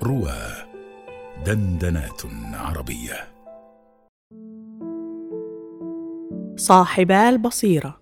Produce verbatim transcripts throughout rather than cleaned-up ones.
روى دندنات عربية. صاحبا البصيرة.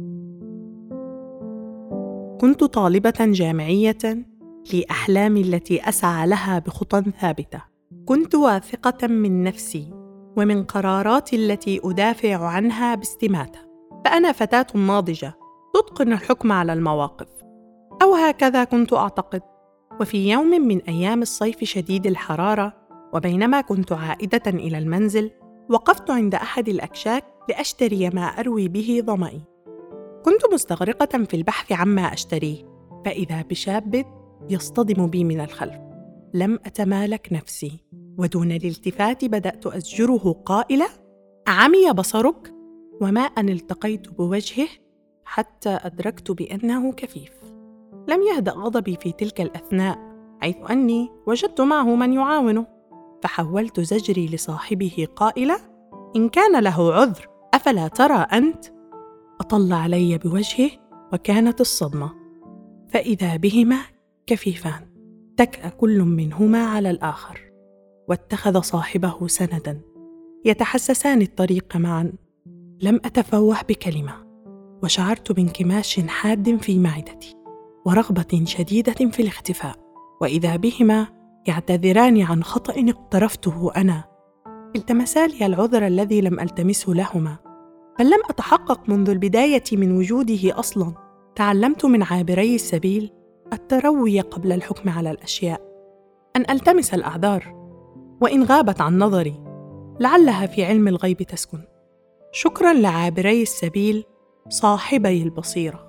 كنت طالبة جامعية لأحلامي التي أسعى لها بخطى ثابتة. كنت واثقة من نفسي ومن قراراتي التي أدافع عنها باستماتة، فأنا فتاة ناضجة تتقن الحكم على المواقف، أو هكذا كنت أعتقد. وفي يوم من أيام الصيف شديد الحرارة، وبينما كنت عائدة إلى المنزل، وقفت عند أحد الأكشاك لأشتري ما أروي به ظمئي. كنت مستغرقة في البحث عما أشتريه، فإذا بشاب يصطدم بي من الخلف. لم أتمالك نفسي، ودون الالتفات بدأت أزجره قائلة: أعمي بصرك؟ وما أن التقيت بوجهه حتى أدركت بأنه كفيف. لم يهدأ غضبي في تلك الأثناء، حيث أني وجدت معه من يعاونه، فحولت زجري لصاحبه قائلة: إن كان له عذر أفلا ترى أنت؟ أطل علي بوجهه، وكانت الصدمة، فإذا بهما كفيفان تكأ كل منهما على الآخر، واتخذ صاحبه سندا، يتحسسان الطريق معا. لم أتفوه بكلمة، وشعرت بانكماش حاد في معدتي ورغبة شديدة في الاختفاء، وإذا بهما يعتذران عن خطأ اقترفته أنا. التمسا لي العذر الذي لم ألتمسه لهما، بل لم أتحقق منذ البداية من وجوده أصلاً. تعلمت من عابري السبيل التروي قبل الحكم على الأشياء، أن ألتمس الأعذار وإن غابت عن نظري، لعلها في علم الغيب تسكن. شكراً لعابري السبيل صاحبي البصيرة.